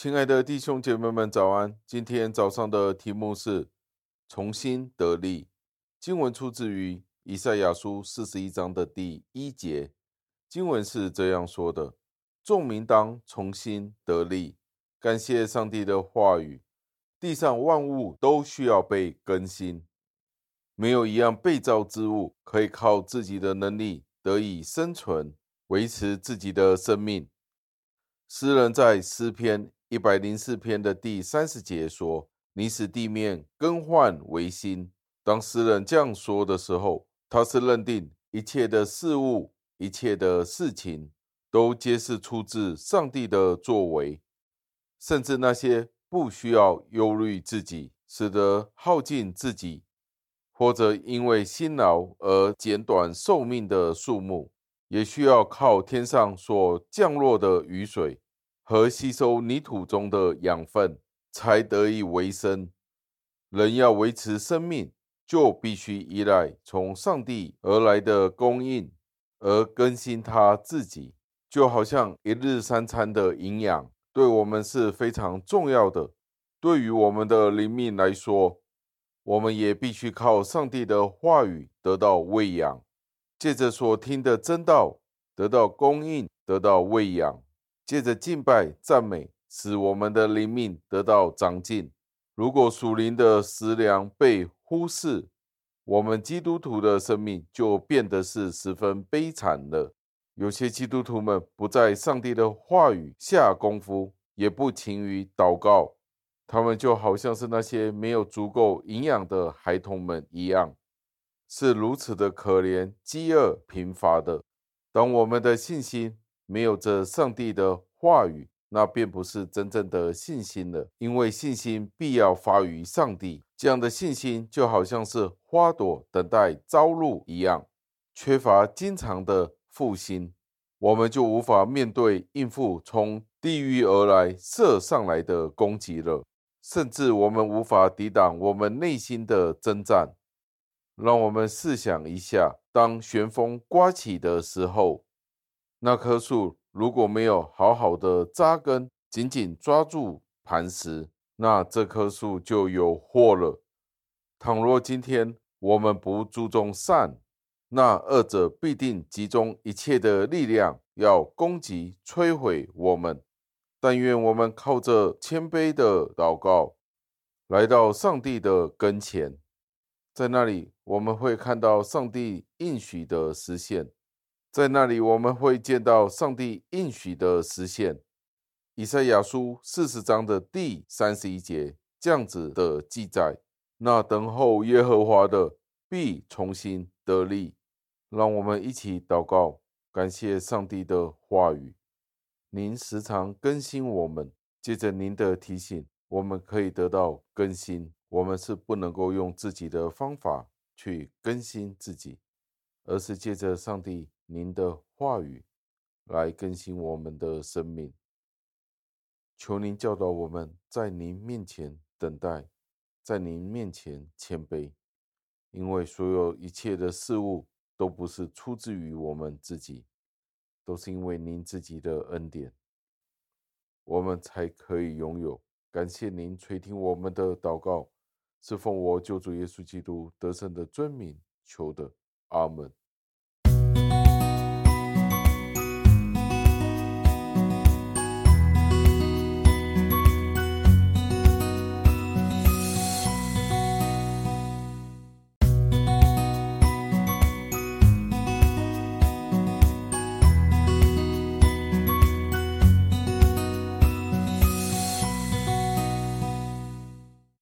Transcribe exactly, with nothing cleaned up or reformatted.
亲爱的弟兄姐妹们，早安！今天早上的题目是重新得力。经文出自于以赛亚书四十一章的第一节。经文是这样说的：众民当重新得力。感谢上帝的话语，地上万物都需要被更新，没有一样被造之物可以靠自己的能力得以生存，维持自己的生命。诗人在诗篇一百零四篇的第三十节说：你使地面更换为新。当诗人这样说的时候，他是认定一切的事物、一切的事情都皆是出自上帝的作为，甚至那些不需要忧虑自己，使得耗尽自己，或者因为辛劳而减短寿命的树木，也需要靠天上所降落的雨水和吸收泥土中的养分，才得以维生。人要维持生命，就必须依赖从上帝而来的供应，而更新他自己。就好像一日三餐的营养，对我们是非常重要的。对于我们的灵命来说，我们也必须靠上帝的话语得到喂养，借着所听的真道得到供应，得到喂养，借着敬拜赞美，使我们的灵命得到长进。如果属灵的食粮被忽视，我们基督徒的生命就变得是十分悲惨了。有些基督徒们不在上帝的话语下功夫，也不勤于祷告，他们就好像是那些没有足够营养的孩童们一样，是如此的可怜、饥饿、贫乏的。当我们的信心没有着上帝的话语，那便不是真正的信心了，因为信心必要发于上帝。这样的信心就好像是花朵等待朝露一样，缺乏经常的复兴，我们就无法面对应付从地狱而来射上来的攻击了，甚至我们无法抵挡我们内心的征战。让我们试想一下，当旋风刮起的时候，那棵树如果没有好好的扎根，紧紧抓住磐石，那这棵树就有祸了。倘若今天我们不注重善，那恶者必定集中一切的力量，要攻击摧毁我们。但愿我们靠着谦卑的祷告，来到上帝的跟前，在那里我们会看到上帝应许的实现，在那里我们会见到上帝应许的实现。以赛亚书四十章的第三十一节这样子的记载：那等候耶和华的必重新得力。让我们一起祷告，感谢上帝的话语。您时常更新我们，借着您的提醒，我们可以得到更新。我们是不能够用自己的方法去更新自己，而是借着上帝您的话语来更新我们的生命。求您教导我们在您面前等待，在您面前谦卑，因为所有一切的事物都不是出自于我们自己，都是因为您自己的恩典，我们才可以拥有。感谢您垂听我们的祷告，是奉我救主耶稣基督得胜的尊名求的，阿们。